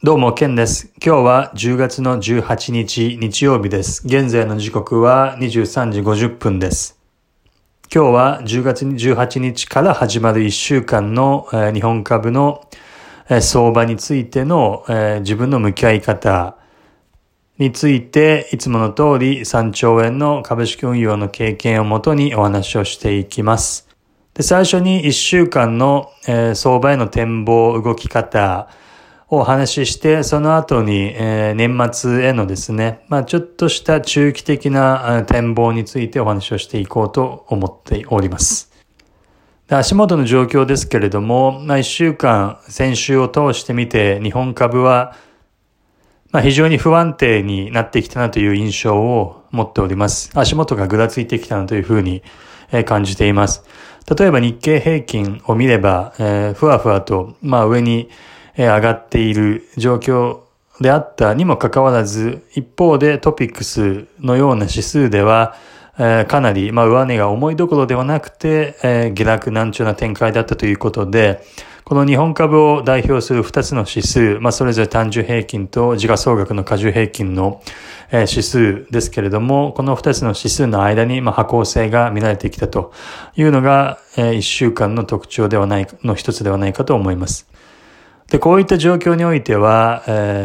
どうも、ケンです。今日は10月の18日、日曜日です。現在の時刻は23時50分です。今日は10月18日から始まる1週間の日本株の相場についての自分の向き合い方について、いつもの通り3兆円の株式運用の経験をもとにお話をしていきます。で、最初に1週間の相場への展望、動き方をお話しして、その後に年末へのですね、ちょっとした中期的な展望についてお話をしていこうと思っております。で、足元の状況ですけれども、1週間、先週を通してみて、日本株は非常に不安定になってきたなという印象を持っております。足元がぐらついてきたなというふうに感じています。例えば日経平均を見れば、ふわふわと上に上がっている状況であったにもかかわらず、一方でトピックスのような指数では、かなり上値が重いどころではなくて、下落難聴な展開だったということで、この日本株を代表する2つの指数、それぞれ単純平均と時価総額の加重平均の指数ですけれども、この2つの指数の間に波構性が見られてきたというのが、1週間の特徴の一つではないかと思います。で、こういった状況においては、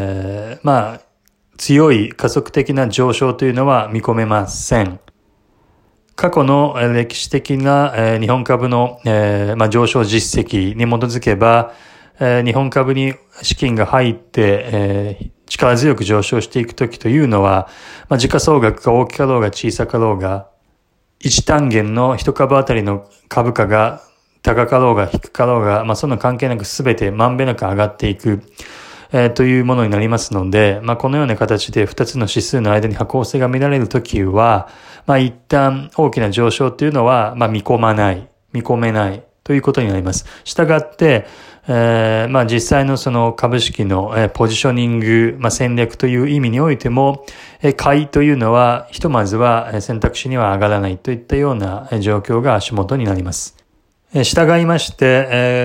強い加速的な上昇というのは見込めません。過去の歴史的な日本株の上昇実績に基づけば、日本株に資金が入って力強く上昇していくときというのは、時価総額が大きかろうが小さかろうが、1単元の1株あたりの株価が高かろうが低かろうが、その関係なくすべてまんべんなく上がっていく、というものになりますので、このような形で2つの指数の間に波構性が見られるときは、一旦大きな上昇というのは、見込めないということになります。したがって、実際のその株式のポジショニング、戦略という意味においても、買いというのはひとまずは選択肢には上がらないといったような状況が足元になります。従いまして、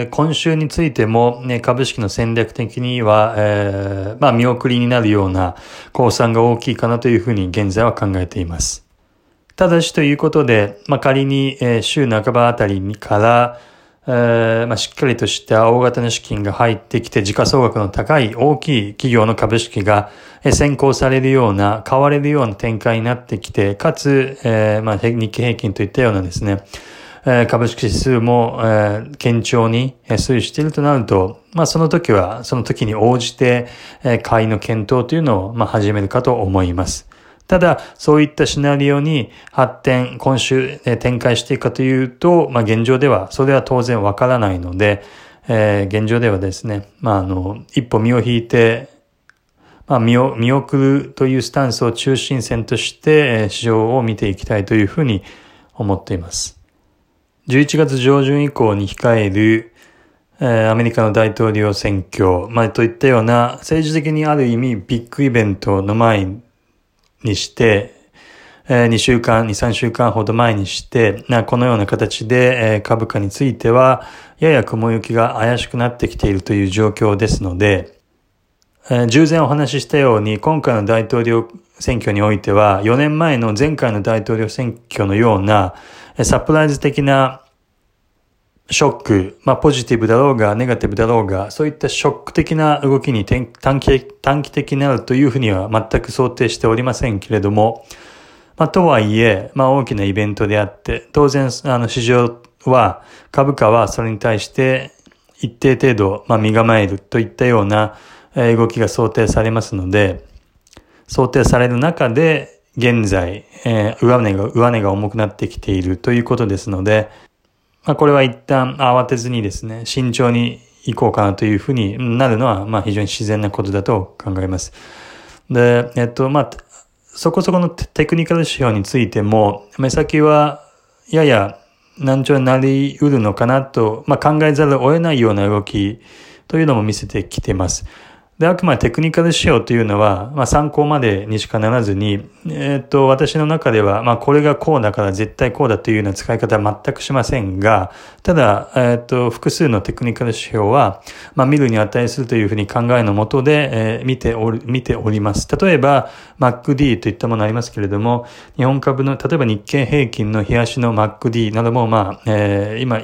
今週についても、株式の戦略的には、見送りになるような公算が大きいかなというふうに現在は考えています。ただしということで、仮に、週半ばあたりから、しっかりとした大型の資金が入ってきて、時価総額の高い大きい企業の株式が先行されるような、買われるような展開になってきて、かつ、日経平均といったようなですね、株式指数も、堅調に推移しているとなると、その時は、その時に応じて、買いの検討というのを、始めるかと思います。ただ、そういったシナリオに今週、展開していくかというと、現状では、それは当然わからないので、現状ではですね、一歩身を引いて、見送るというスタンスを中心線として、市場を見ていきたいというふうに思っています。11月上旬以降に控える、アメリカの大統領選挙、といったような政治的にある意味ビッグイベントの前にして、2、3週間ほど前にして、このような形で、株価については、やや雲行きが怪しくなってきているという状況ですので、従前お話ししたように、今回の大統領選挙においては、4年前の前回の大統領選挙のような、サプライズ的なショック、ポジティブだろうがネガティブだろうが、そういったショック的な動きに短期的になるというふうには全く想定しておりませんけれども、とはいえ、大きなイベントであって、当然、市場は、株価はそれに対して一定程度、身構えるといったような動きが想定されますので、想定される中で、現在、上値が重くなってきているということですので、これは一旦慌てずにですね、慎重に行こうかなというふうになるのは、非常に自然なことだと考えます。で、そこそこのテクニカル指標についても、目先はやや難聴になり得るのかなと、考えざるを得ないような動きというのも見せてきています。 で、あくまでテクニカル指標というのは、参考までにしかならずに、私の中では、これがこうだから絶対こうだというような使い方は全くしませんが、ただ、複数のテクニカル指標は、見るに値するというふうに考えのもとで、見ております。例えば、MACD といったものありますけれども、日本株の、例えば日経平均の日足の MACD なども、今、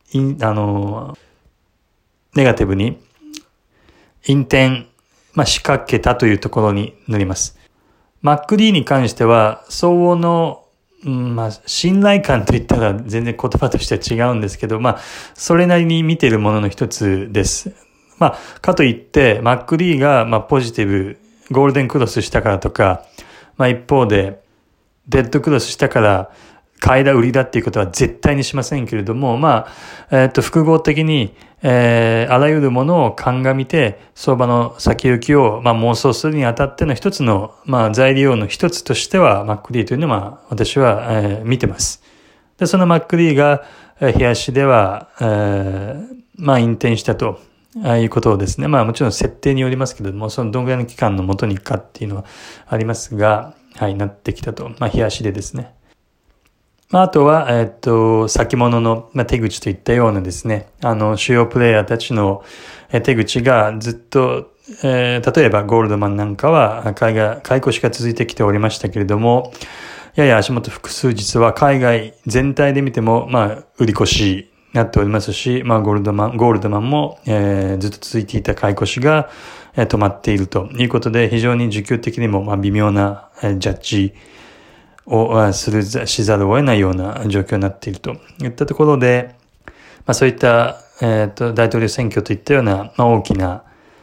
ネガティブに、引転、仕掛けたというところになります。MACD に関しては、相応の、信頼感といったら全然言葉としては違うんですけど、それなりに見ているものの一つです。かといって、MACD が、ポジティブ、ゴールデンクロスしたからとか、一方で、デッドクロスしたから、買いだ売りだっていうことは絶対にしませんけれども、複合的に、あらゆるものを鑑みて、相場の先行きを、妄想するにあたっての一つの、材料の一つとしては、MACD というのは、私は、見てます。で、その MACD が、日足では、引転したということをですね、もちろん設定によりますけれども、そのどのぐらいの期間のもとにかっていうのはありますが、なってきたと。日足でですね。あとは、先物の、手口といったようなですね、主要プレイヤーたちの手口がずっと、例えばゴールドマンなんかは買い越しが続いてきておりましたけれども、やや足元複数日は海外全体で見ても、売り越しになっておりますし、ゴールドマンも、ずっと続いていた買い越しが、止まっているということで、非常に需給的にも、微妙な、ジャッジをしざるを得ないような状況になっているといったところで、そういった、大統領選挙といったような、大きな、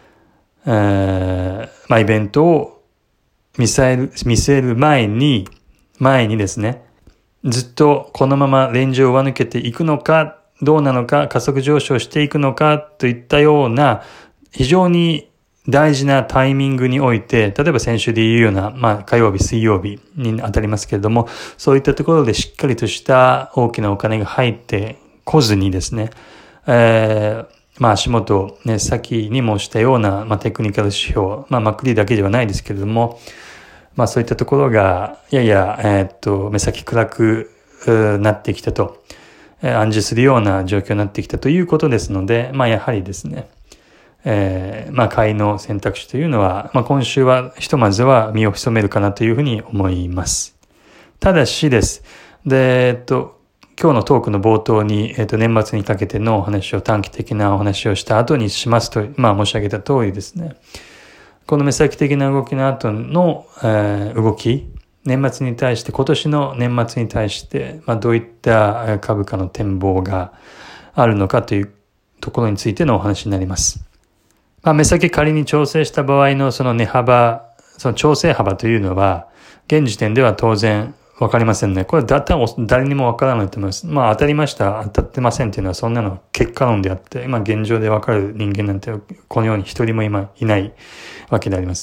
イベントを見据える前にですね、ずっとこのままレンジを上抜けていくのか、どうなのか、加速上昇していくのかといったような、非常に大事なタイミングにおいて、例えば先週で言うような、火曜日、水曜日に当たりますけれども、そういったところでしっかりとした大きなお金が入ってこずにですね、足元、先にもしたような、テクニカル指標、MACD だけではないですけれども、そういったところが、やや、目先暗くなってきたと、暗示するような状況になってきたということですので、やはりですね、買いの選択肢というのは、今週はひとまずは身を潜めるかなというふうに思います。ただしです。で、今日のトークの冒頭に、年末にかけてのお話を、短期的なお話をした後にしますと、申し上げた通りですね。この目先的な動きの後の、動き、年末に対して、今年の年末に対して、どういった株価の展望があるのかというところについてのお話になります。目先仮に調整した場合のその値幅、その調整幅というのは、現時点では当然わかりませんね。これだったら誰にもわからないと思います。当たりました、当たってませんっていうのはそんなの結果論であって、今現状でわかる人間なんてこのように一人も今いないわけであります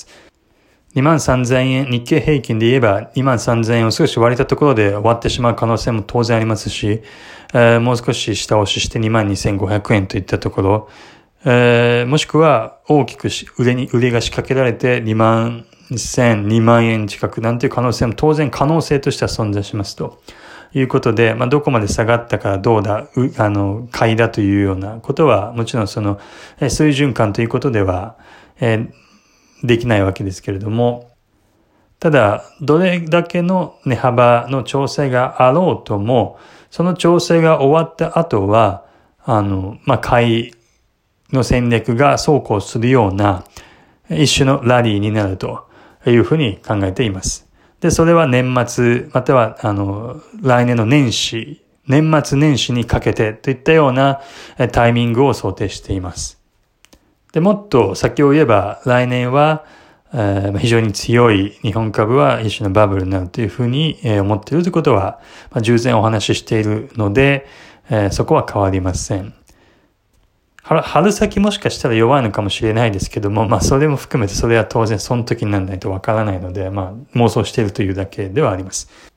。23,000円、日経平均で言えば23,000円を少し割れたところで終わってしまう可能性も当然ありますし、もう少し下押しして22,500円といったところ、もしくは大きく売れが仕掛けられて21,000、2万円近くなんていう可能性も当然可能性としては存在しますということで、どこまで下がったからどうだ、買いだというようなことはもちろんその水準感ということでは、できないわけですけれども、ただどれだけの値幅の調整があろうとも、その調整が終わった後は買いの戦略が走行するような一種のラリーになるというふうに考えています。で、それは年末、または来年の年末年始にかけてといったようなタイミングを想定しています。で、もっと先を言えば来年は非常に強い日本株は一種のバブルになるというふうに思っているということは従前お話ししているので、そこは変わりません。春先もしかしたら弱いのかもしれないですけども、それも含めてそれは当然その時にならないとわからないので、妄想しているというだけではあります。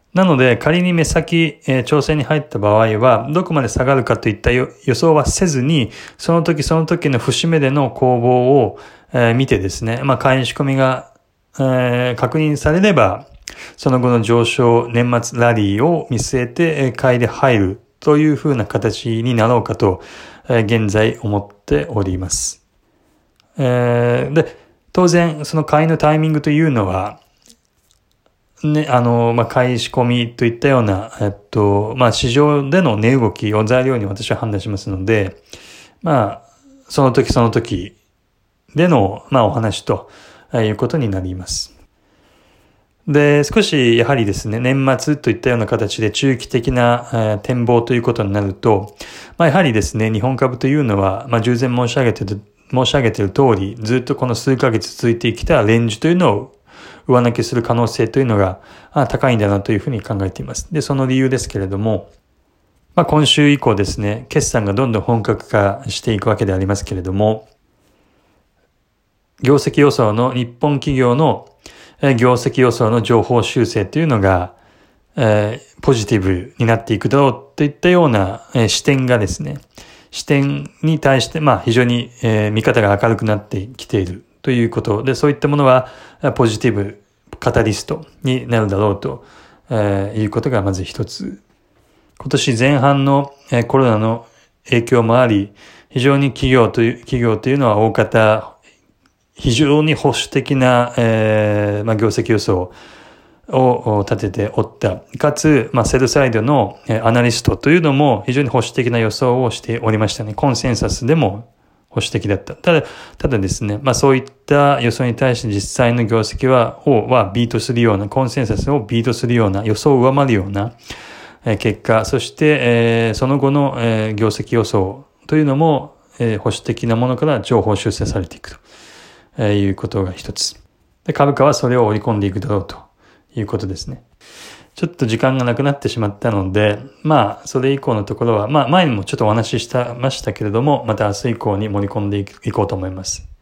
なので、仮に目先、調整に入った場合は、どこまで下がるかといった予想はせずに、その時その時の節目での攻防を、見てですね、買い仕込みが、確認されれば、その後の上昇、年末ラリーを見据えて、買いで入るという風な形になろうかと、現在思っております。で、当然、その買いのタイミングというのは、ね、買い仕込みといったような、市場での値動きを材料に私は判断しますので、その時その時での、お話ということになります。で、少しやはりですね、年末といったような形で中期的な、展望ということになると、やはりですね、日本株というのは、従前申し上げている通り、ずっとこの数ヶ月続いてきたレンジというのを上抜けする可能性というのが高いんだなというふうに考えています。で、その理由ですけれども、今週以降ですね、決算がどんどん本格化していくわけでありますけれども、業績予想の日本企業の業績予想の情報修正というのが、ポジティブになっていくだろうといったような、視点に対して、非常に、見方が明るくなってきているということで、そういったものはポジティブカタリストになるだろうと、いうことがまず一つ。今年前半の、コロナの影響もあり、非常に企業というのは大方非常に保守的な、業績予想を立てておった。かつ、セルサイドのアナリストというのも非常に保守的な予想をしておりましたね。コンセンサスでも保守的だった。ただですね、そういった予想に対して実際の業績はビートするような、コンセンサスをビートするような、予想を上回るような結果、そして、その後の業績予想というのも保守的なものから情報修正されていくと。いうことが一つ。で、株価はそれを織り込んでいくだろうということですね。ちょっと時間がなくなってしまったので、それ以降のところは、前にもちょっとお話しましたけれども、また明日以降に盛り込んでいこうと思います。